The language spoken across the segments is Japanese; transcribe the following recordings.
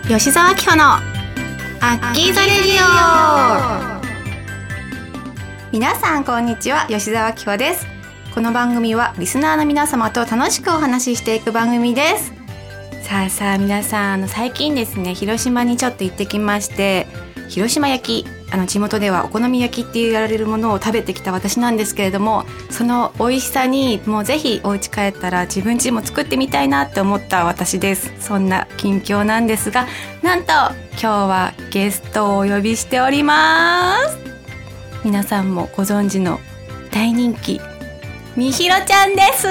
吉澤明穂のアッキーザレディオ。皆さんこんにちは、吉澤明穂です。この番組はリスナーの皆様と楽しくお話ししていく番組です。さあ皆さん、最近ですね、広島にちょっと行ってきまして、広島焼き、地元ではお好み焼きって言われるものを食べてきた私なんですけれども、その美味しさにもうぜひお家帰ったら自分家も作ってみたいなって思った私です。そんな近況なんですが、なんと今日はゲストをお呼びしております。皆さんもご存知の大人気みひろちゃんです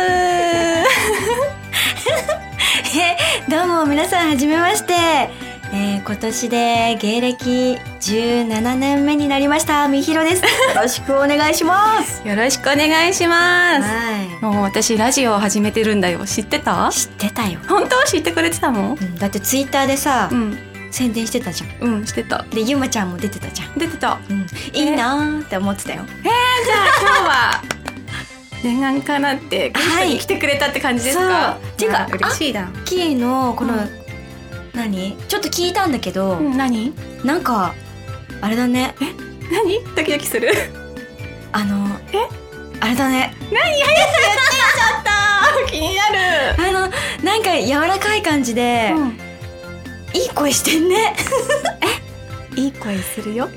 どうも皆さん、はじめまして。今年で芸歴17年目になりましたみひろです。よろしくお願いしますよろしくお願いします。もう私ラジオを始めてるんだよ。知ってた？ 知ってたよ。 本当？知ってくれてたの？ だってツイッターでさ、宣伝してたじゃん。 してた。 でゆまちゃんも出てたじゃん。 出てた。 いいなーって思ってたよ。 じゃあ今日は念願かなってゲストに来てくれたって感じですか？ てか嬉しいな。 キーのこの、何？ちょっと聞いたんだけど、 何？ なんかあれだね。 何？ドキドキする。 あれだね。 何？早くやってよ、ちょっと気になる。 なんか柔らかい感じで、いい声してんね。 いい声するよ。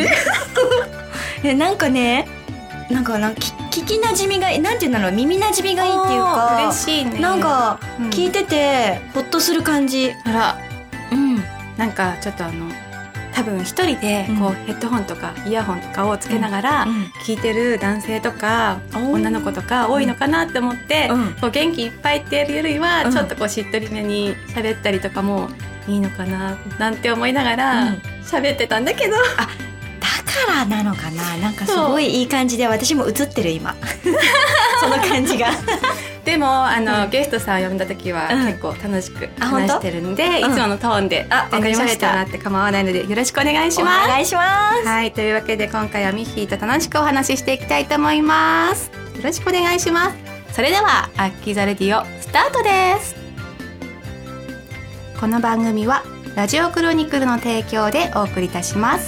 なんかね、聞きなじみが、なんていうんだろう、耳なじみがいいっていうか、 嬉しいね。 なんか聞いててホッとする感じ。 あら、なんかちょっと多分一人でこうヘッドホンとかイヤホンとかをつけながら聞いてる男性とか女の子とか多いのかなって思って、こう元気いっぱいってやるよりはちょっとこうしっとりめに喋ったりとかもいいのかななんて思いながら喋ってたんだけど、 だからなのかな。なんかすごいいい感じで私も映ってる今その感じがでもゲストさん呼んだ時は結構楽しく話してるんで、いつものトーンで全然喋ってもらって構わないのでよろしくお願いします。 お願いします。 はい、というわけで今回はミッヒーと楽しくお話ししていきたいと思います。よろしくお願いします。それではアッキーザレディオスタートです。この番組はラジオクロニクルの提供でお送りいたします。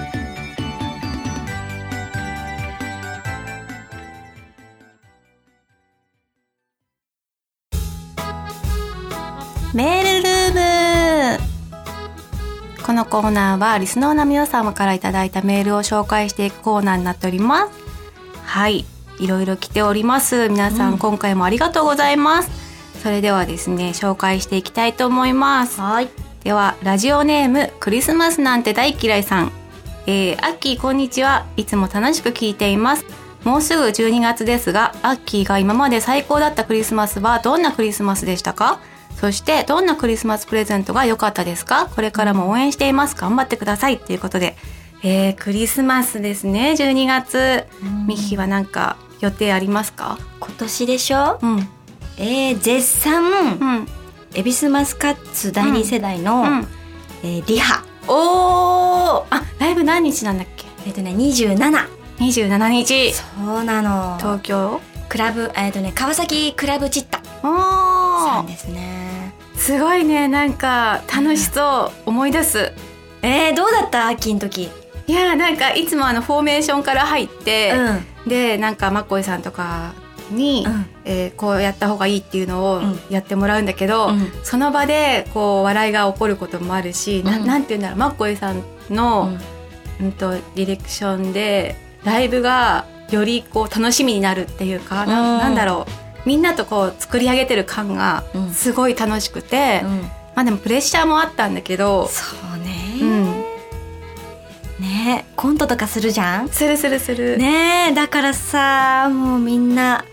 メールルーム。このコーナーはリスナーの皆様からいただいたメールを紹介していくコーナーになっております。はい、いろいろ来ております。皆さん、今回もありがとうございます。それではですね、紹介していきたいと思います。 はい。 ではラジオネームクリスマスなんて大嫌いさん、アッキーこんにちは。いつも楽しく聞いています。もうすぐ12月ですが、アッキーが今まで最高だったクリスマスはどんなクリスマスでしたか？そしてどんなクリスマスプレゼントが良かったですか？これからも応援しています。頑張ってくださいということで、クリスマスですね、12月。ミッヒーは何か予定ありますか？ 今年でしょ。絶賛、エビスマスカッツ第2世代の、リハ。 ライブ何日なんだっけ ？27 日。 そうなの。 東京クラブ、川崎クラブチッタさんですね。 すごいね。なんか楽しそう、思い出す。 どうだった秋の時？ いや、なんかいつもフォーメーションから入って、でなんかマッコイさんとかに、こうやった方がいいっていうのをやってもらうんだけど、その場でこう笑いが起こることもあるし、なんていうんだろう、マッコイさんの、ディレクションでライブがよりこう楽しみになるっていうか、なんだろう、みんなとこう作り上げてる感がすごい楽しくて、まあでもプレッシャーもあったんだけど。 そうね。ね、コントとかするじゃん。 するね。だからさ、もうみんな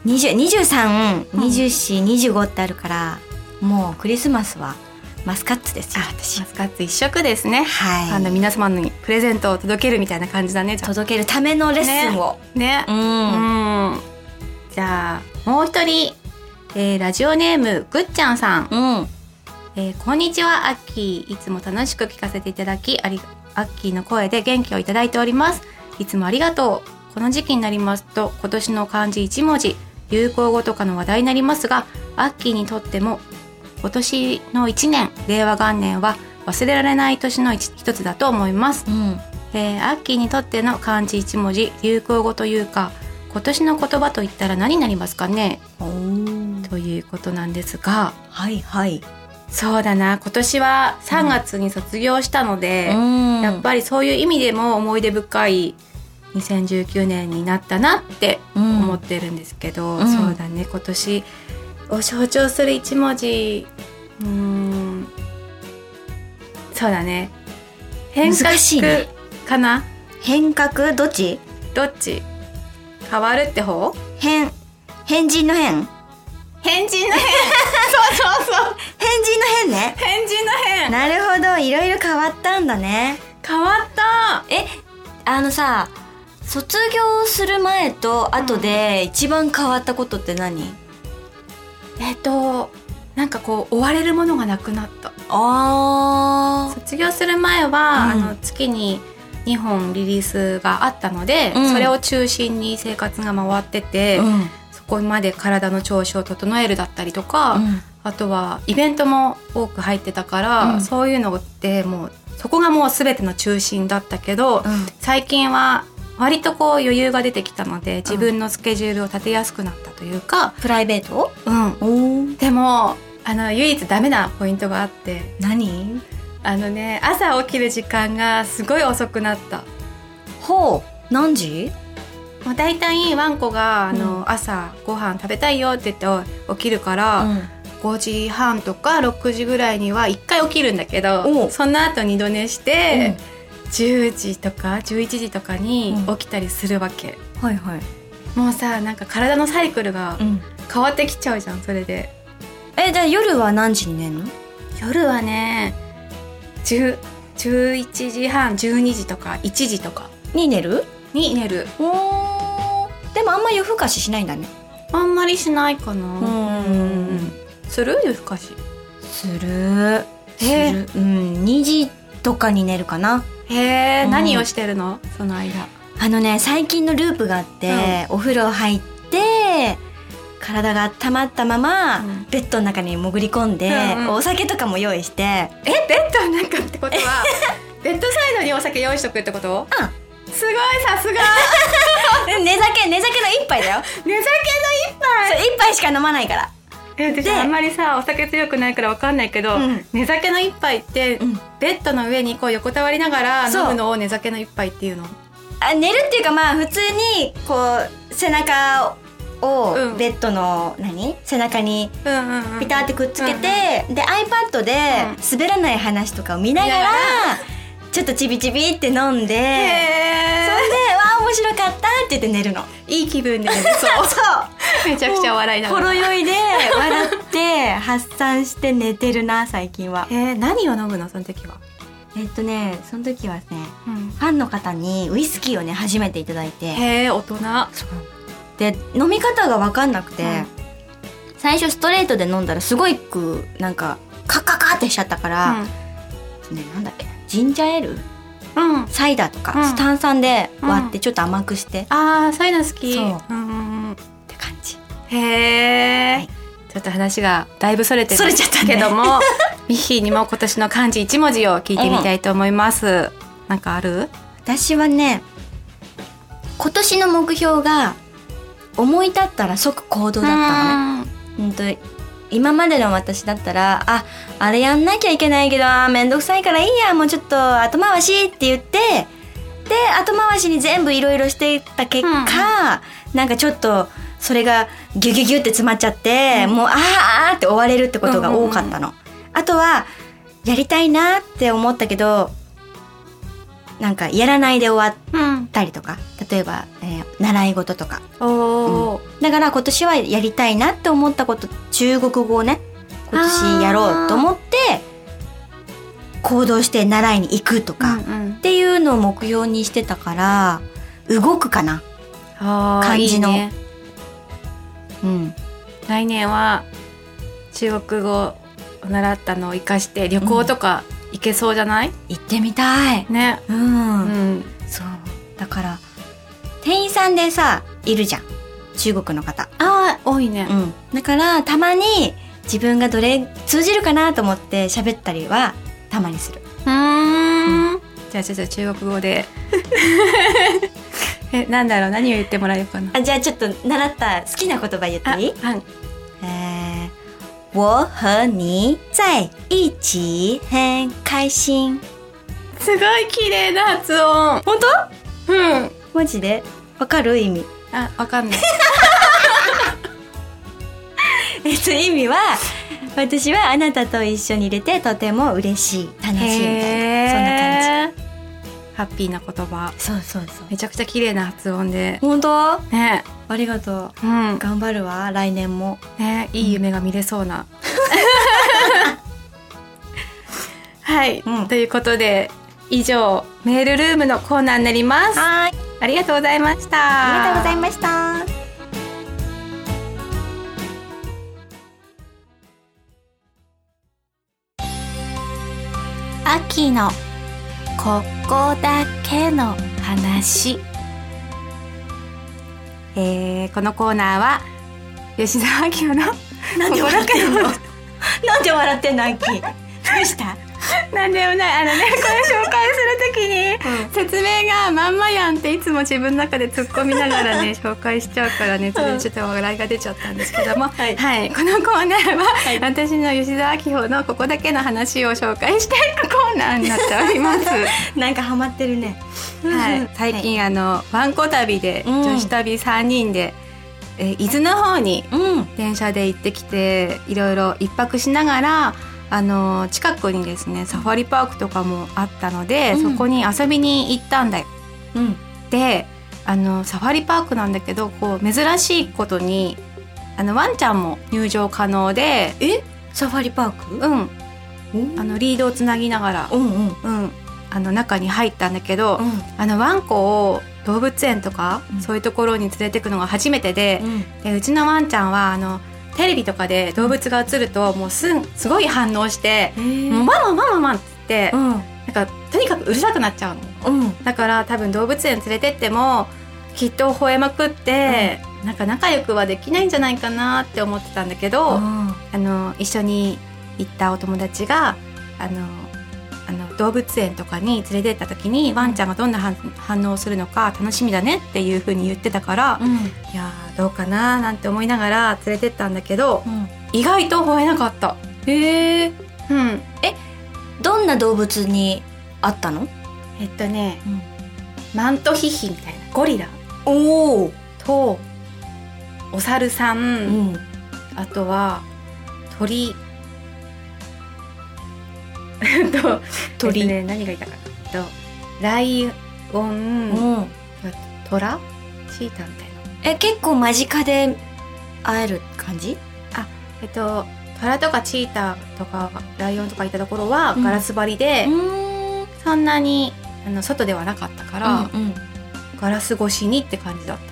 23、24、25ってあるから、もうクリスマスはマスカッツですよ。 私マスカッツ一色ですね。 はい。 皆様にプレゼントを届けるみたいな感じだね。 届けるためのレッスンをね。じゃあもう一人、ラジオネームぐっちゃんさん。こんにちは、アッキー。いつも楽しく聞かせていただき、アッキーの声で元気をいただいております。いつもありがとう。この時期になりますと、今年の漢字1文字、流行語とかの話題になりますが、アッキーにとっても今年の1年令和元年は忘れられない年の一つだと思います、アッキーにとっての漢字1文字流行語というか今年の言葉といったら何になりますかねということなんですが、 はいはい、 そうだな、今年は3月に卒業したので、やっぱりそういう意味でも思い出深い2019年になったなって思ってるんですけど、そうだね、今年を象徴する一文字、そうだね、変革かな。 変革どっち変わるって方？ 変人の変変人の変そう変人の変ね。 変人の変。 なるほど、いろいろ変わったんだね。 変わった。 さ、卒業する前と後で一番変わったことって何？ なんかこう追われるものがなくなった。卒業する前は、月に2本リリースがあったので、それを中心に生活が回ってて、そこまで体の調子を整えるだったりとか、あとはイベントも多く入ってたから、そういうのってもうそこがもう全ての中心だったけど、最近は割とこう余裕が出てきたので自分のスケジュールを立てやすくなったというか、 プライベート？ でも唯一ダメなポイントがあって。 何？ 朝起きる時間がすごい遅くなった。 ほう、何時？ もうだいたいワンコが朝ご飯食べたいよって言って起きるから、5時半とか6時ぐらいには1回起きるんだけど、その後2度寝して、10時とか11時とかに起きたりするわけ、もうさ、なんか体のサイクルが変わってきちゃうじゃん、それで。 じゃあ夜は何時に寝るの？ 夜はね、11時半12時とか1時とかに寝る。でもあんま夜更かししないんだね。 あんまりしないかな。する？夜更かしする。2時とかに寝るかな。 何をしてるのその間？ 最近のループがあって、お風呂入って体が温まったまま、ベッドの中に潜り込んで、お酒とかも用意して。 ベッドの中ってことはベッドサイドにお酒用意しとくってこと？すごい、さすが寝酒の一杯だよ。 寝酒の一杯？ そう、一杯しか飲まないから。 私あんまりさお酒強くないから分かんないけど、寝酒の一杯って、ベッドの上にこう横たわりながら飲むのを寝酒の一杯っていうの？ 寝るっていうか、普通にこう背中をベッドの背中にピタってくっつけて、で iPad で滑らない話とかを見ながらちょっとチビチビって飲んで、そんで面白かったって言って寝るの。 いい気分で寝る。そうめちゃくちゃ笑いながらほろ酔いで笑って発散して寝てるな最近は。 何を飲むのその時は？ その時はね、ファンの方にウイスキーをね初めていただいて。 大人。 で飲み方が分かんなくて、最初ストレートで飲んだらすごいなんかカッカカってしちゃったから、なんだっけ、ジンジャーエール、サイダーとか、炭酸で割ってちょっと甘くして。 サイダー好き。 そう、って感じ。 ちょっと話がだいぶそれてるちゃったけども、ミッヒーにも今年の漢字1文字を聞いてみたいと思います。なんかある？ 私はね、今年の目標が思い立ったら即行動だったのね。今までの私だったら、あれやんなきゃいけないけどめんどくさいからいいや、もうちょっと後回しって言って、で後回しに全部いろいろしていった結果、なんかちょっとそれがギュギュギュって詰まっちゃって、もうって追われるってことが多かったの。あとはやりたいなって思ったけど、なんかやらないで終わったりとか、例えば、習い事とか。だから今年はやりたいなって思ったこと、中国語をね今年やろうと思って行動して習いに行くとか、っていうのを目標にしてたから動くかな、感じの。いいね。 来年は中国語を習ったのを生かして旅行とか行けそうじゃない？ 行ってみたいね。そうだから店員さんでさいるじゃん、中国の方。 多いね。 だからたまに自分がどれ通じるかなと思って喋ったりはたまにする。 じゃあちょっと中国語でなんだろう、何を言ってもらえるかな。 じゃあちょっと習った好きな言葉言っていい？ はい。 我和你在一起很開心。 すごい綺麗な発音。 本当？ うん。 マジで？わかる意味？ わかんない。 意味は、私はあなたと一緒にいれてとても嬉しい、楽しいみたいな、そんな感じ。 ハッピーな言葉。 そうそうそう。 めちゃくちゃ綺麗な発音で。 本当？ ね。 ありがとう。 うん。 頑張るわ、来年も。 ね、いい夢が見れそうな。はい、ということで以上メールルームのコーナーになります。 はい。 ありがとうございました。 ありがとうございました。 秋のここだけの話。このコーナーは吉沢明夫のなんで笑ってんの？なんで笑ってんのアッキー？どうした？ なんでもない。これ紹介するときに、説明がまんまやんっていつも自分の中で突っ込みながらね紹介しちゃうからね、それでちょっと笑いが出ちゃったんですけども、はい、このコーナーは、私の吉沢明夫のここだけの話を紹介していくコーナーになっております。 なんかハマってるね。 はい、最近ワンコ旅で、女子旅3人で、伊豆の方に電車で行ってきて、いろいろ一泊しながら近くにですねサファリパークとかもあったので、そこに遊びに行ったんだよ。でサファリパークなんだけど、こう珍しいことにワンちゃんも入場可能で。 サファリパーク？ リードをつなぎながら、中に入ったんだけど、ワンコを動物園とか、そういうところに連れてくのが初めてで、うちのワンちゃんはテレビとかで動物が映るともうすごい反応して「もうマママママン」って言って、なんかとにかくうるさくなっちゃうの。だから多分動物園連れてってもきっと吠えまくって、なんか仲良くはできないんじゃないかなって思ってたんだけど、一緒に行ったお友達が動物園とかに連れてった時にワンちゃんがどんな反応をするのか楽しみだねっていう風に言ってたから、いやどうかななんて思いながら連れてったんだけど、意外と吠えなかった。 どんな動物に会ったの？ マントヒヒみたいなゴリラとお猿さん、あとは鳥何がいたかな、ライオン、トラ、チーターみたいな。 結構間近で会える感じ？ トラとかチーターとかライオンとかいたところはガラス張りで、そんなに外ではなかったから、ガラス越しにって感じだった。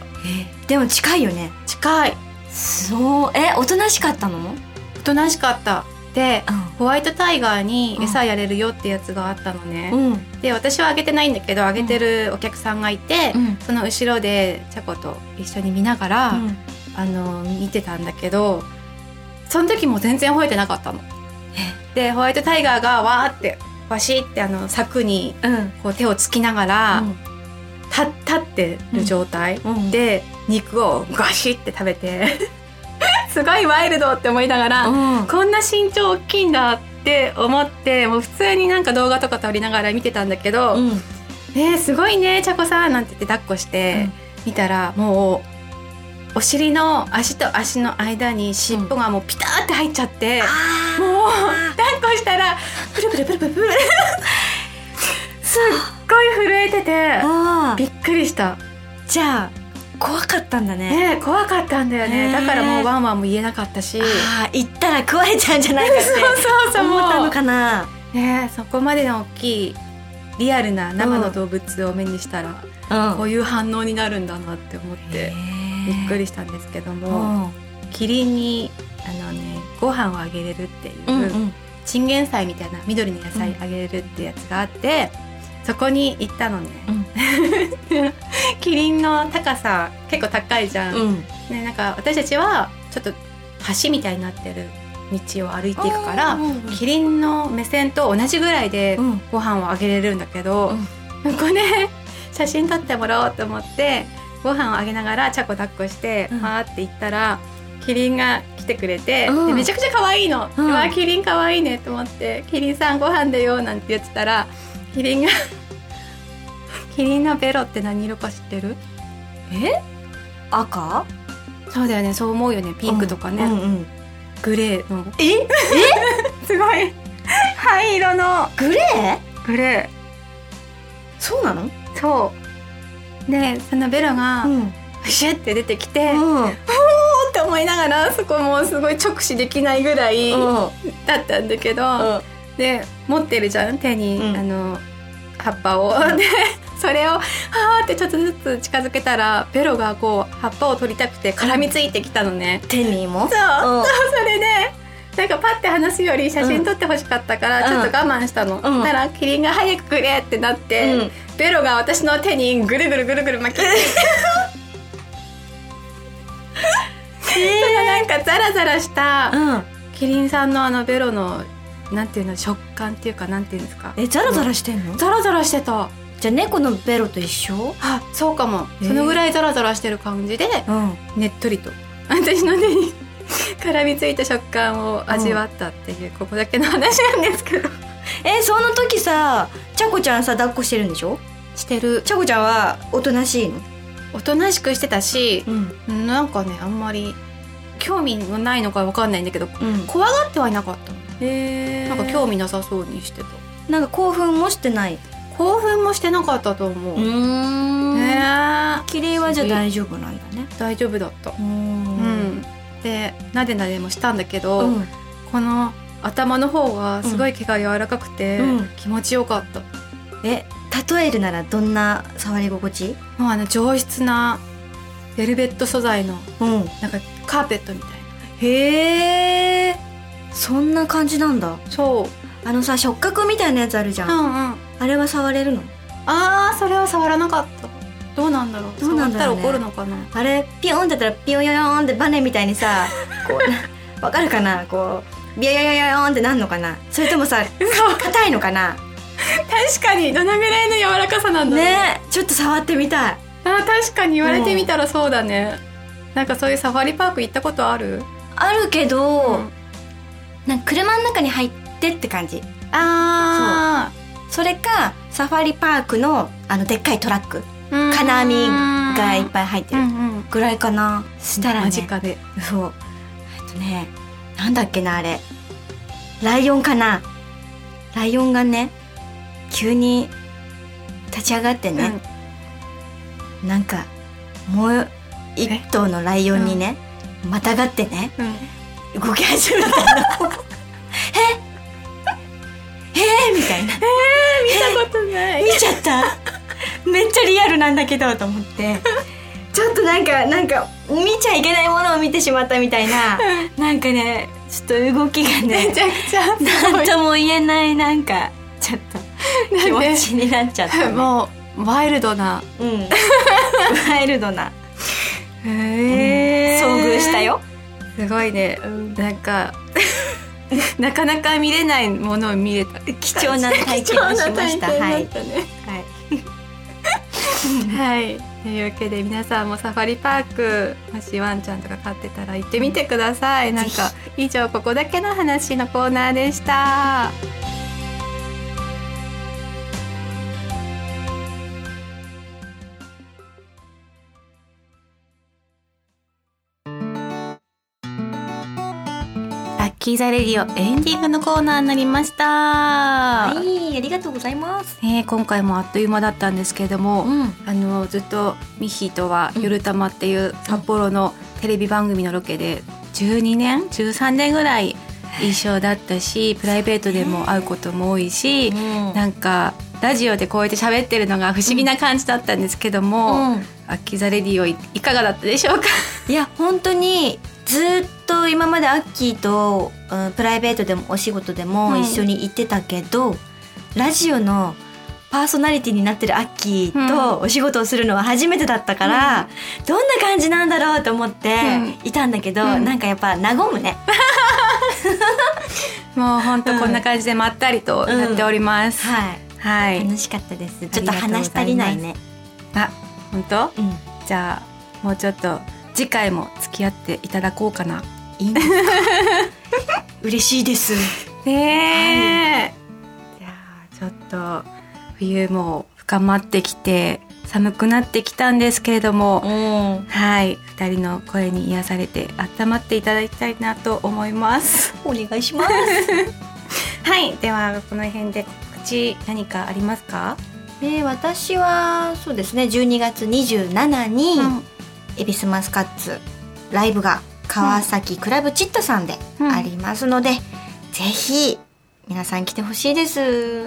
でも近いよね。 近い。 そう。おとなしかったの？ おとなしかった。で、ホワイトタイガーに餌やれるよってやつがあったのね。で私はあげてないんだけど、あげてるお客さんがいて、その後ろでチャコと一緒に見ながら、見てたんだけど、その時も全然吠えてなかったの。でホワイトタイガーがわーってバシって柵にこう手をつきながら、立ってる状態で肉をガシって食べてすごいワイルドって思いながら、こんな身長大きいんだって思って、もう普通になんか動画とか撮りながら見てたんだけど、すごいねチャコさんなんて言って抱っこして見たら、もうお尻の足と足の間に尻尾がもうピターって入っちゃって、もう抱っこしたらプルプルプルプルプルすっごい震えててびっくりした。 じゃあ怖かったんだね。 怖かったんだよね。だからもうワンワンも言えなかったし、 行ったら食われちゃうんじゃないかって思ったのかな。 そこまでの大きいリアルな生の動物を目にしたら、こういう反応になるんだなって思ってびっくりしたんですけども、キリンにご飯をあげれるっていう、チンゲン菜みたいな緑の野菜あげれるってやつがあって、そこに行ったのね。キリンの高さ結構高いじゃん。なんか私たちはちょっと橋みたいになってる道を歩いていくから、 うんうんうん、 キリンの目線と同じぐらいでご飯をあげれるんだけど、これ写真撮ってもらおうと思ってご飯をあげながらチャコ抱っこしてパーって行ったら、キリンが来てくれて、でめちゃくちゃ可愛いの、うわキリン可愛いねと思って、キリンさんご飯だよなんて言ってたら、キリンがキリンのベロって何色か知ってる？ 赤？ そうだよね、そう思うよね。ピンクとかね、グレーのすごい灰色のグレー。 そうなの？ そうで、そのベロがシュッて出てきて、おーって思いながら、そこもすごい直視できないぐらいだったんだけど、で持ってるじゃん手に、葉っぱをでそれをはーってちょっとずつ近づけたら、ベロがこう葉っぱを取りたくて絡みついてきたのね、 手にも。 そう、それでなんかパッて離すより写真撮ってほしかったからちょっと我慢したの、だからキリンが早くくれってなって、ベロが私の手にぐるぐるぐるぐる巻きついてそのなんかザラザラしたキリンさんのベロのなんていうの、食感っていうか、なんていうんですか、 ザラザラしてんの？ ザラザラしてた。 じゃあ猫のベロと一緒？ あ、そうかも。そのぐらいザラザラしてる感じで、ねっとりと私の手に絡みついた食感を味わったっていう、ここだけの話なんですけどその時さ、ちゃこちゃんさ抱っこしてるんでしょ？ してる。 ちゃこちゃんはおとなしいの？ おとなしくしてたし、なんかね、あんまり興味がないのか分かんないんだけど、怖がってはいなかった。なんか興味なさそうにしてた。 なんか興奮もしてない？ 興奮もしてなかったと思う。 キリンはじゃあ大丈夫なんだね。 大丈夫だった。でなでなでもしたんだけど、この頭の方がすごい毛が柔らかくて、気持ちよかった。 例えるならどんな触り心地？ もう上質なベルベット素材の、なんかカーペットみたいな。 へー、そんな感じなんだ。 そう、 さ、触覚みたいなやつあるじゃん、あれは触れるの？ それは触らなかった。どうなんだろう。触ったら怒るのかな。 あれピヨンってやったらピヨヨヨンってバネみたいにさこうわかるかな、こうビヨヨヨヨンってなんのかな。それともさ硬いのかな。 確かにどのぐらいの柔らかさなんだろうね。ちょっと触ってみたい。 確かに言われてみたらそうだね。なんかそういうサファリパーク行ったことある？ あるけど、なんか車の中に入ってって感じ。それかサファリパークのでっかいトラック、金網がいっぱい入ってるぐらいかな。したらね、 間近で。 そう、なんだっけな、あれライオンかな。ライオンがね急に立ち上がってね、なんかもう一頭のライオンにね、またがってね、動き始めたのみたいな。 見たことない。 見ちゃった。めっちゃリアルなんだけどと思ってちょっとなんか見ちゃいけないものを見てしまったみたいななんかね、ちょっと動きがね、 めちゃくちゃなんとも言えない、なんかちょっと気持ちになっちゃった、 もうワイルドな、 ワイルドな遭遇したよ。 すごいね、なんかなかなか見れないものを見れた。 貴重な体験をしました。 はい、というわけで皆さんもサファリパーク、もしワンちゃんとか飼ってたら行ってみてください。なんか以上、ここだけの話のコーナーでした。アッキーザレディオエンディングのコーナーになりました。 はい、ありがとうございます。 今回もあっという間だったんですけれども、ずっとミッヒーとは夜玉っていう札幌のテレビ番組のロケで12年13年ぐらい一緒だったし、プライベートでも会うことも多いし、なんかラジオでこうやって喋ってるのが不思議な感じだったんですけども、アッキーザレディオいかがだったでしょうか？ いや、本当にずっと今までアッキーと、プライベートでもお仕事でも一緒に行ってたけど、ラジオのパーソナリティになってるアッキーとお仕事をするのは初めてだったから、どんな感じなんだろうと思っていたんだけど、なんかやっぱ和むねもうほんとこんな感じでまったりとやっております、はい、 楽しかったです。ちょっと話足りないね。 あ、本当？じゃあもうちょっと次回も付き合っていただこうかな。 いいんですか？嬉しいですね。じゃあちょっと冬も深まってきて寒くなってきたんですけれども、はい、2人の声に癒されて温まっていただきたいなと思います。 お願いしますはい、ではこの辺で告知何かありますか？ 私はそうですね、12月27に、恵比寿マスカッツライブが川崎クラブチットさんでありますので、ぜひ皆さん来てほしいです。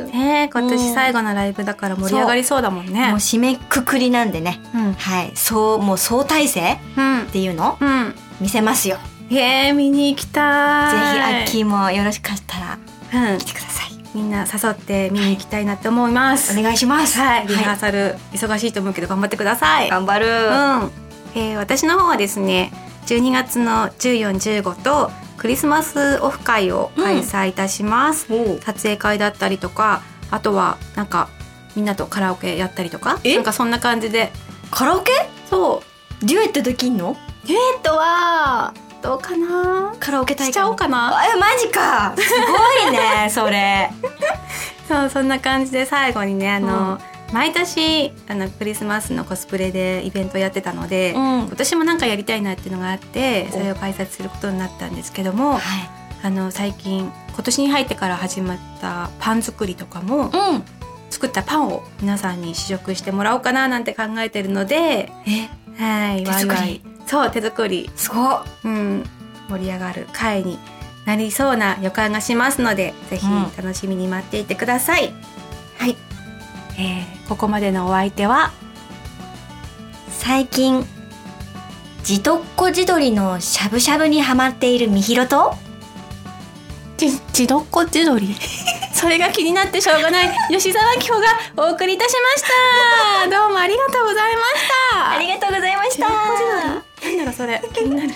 今年最後のライブだから盛り上がりそうだもんね。 もう締めくくりなんでね、はい、もう総体制っていうの、見せますよ。 見に行きたい。ぜひアッキーもよろしかったら来てください。 みんな誘って見に行きたいなって思います。 お願いします。 はい、リハーサル忙しいと思うけど頑張ってください。 頑張る。 私の方はですね、12月の14、15とクリスマスオフ会を開催いたします、撮影会だったりとか、あとはなんかみんなとカラオケやったりとか、なんかそんな感じで。 カラオケ？ そう、 デュエットできんの？ デュエットはどうかな。 カラオケ大会しちゃおうかな。 マジか、すごいねそれそう、そんな感じで最後にね、毎年クリスマスのコスプレでイベントやってたので、今年もなんかやりたいなっていうのがあって、それを開催することになったんですけども、最近今年に入ってから始まったパン作りとかも、作ったパンを皆さんに試食してもらおうかななんて考えてるので、はい、 手作り。 そう、手作り、 すごっ、 盛り上がる会になりそうな予感がしますので、ぜひ楽しみに待っていてください。はい、ここまでのお相手は、 最近地どっこ地鶏のしゃぶしゃぶにハマっているみひろと、 地どっこ地鶏それが気になってしょうがない吉沢紀穂がお送りいたしましたどうもありがとうございました。 ありがとうございました。 なんだろうそれ、気になる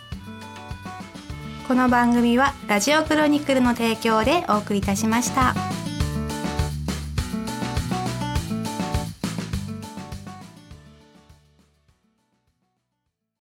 この番組はラジオクロニクルの提供でお送りいたしました。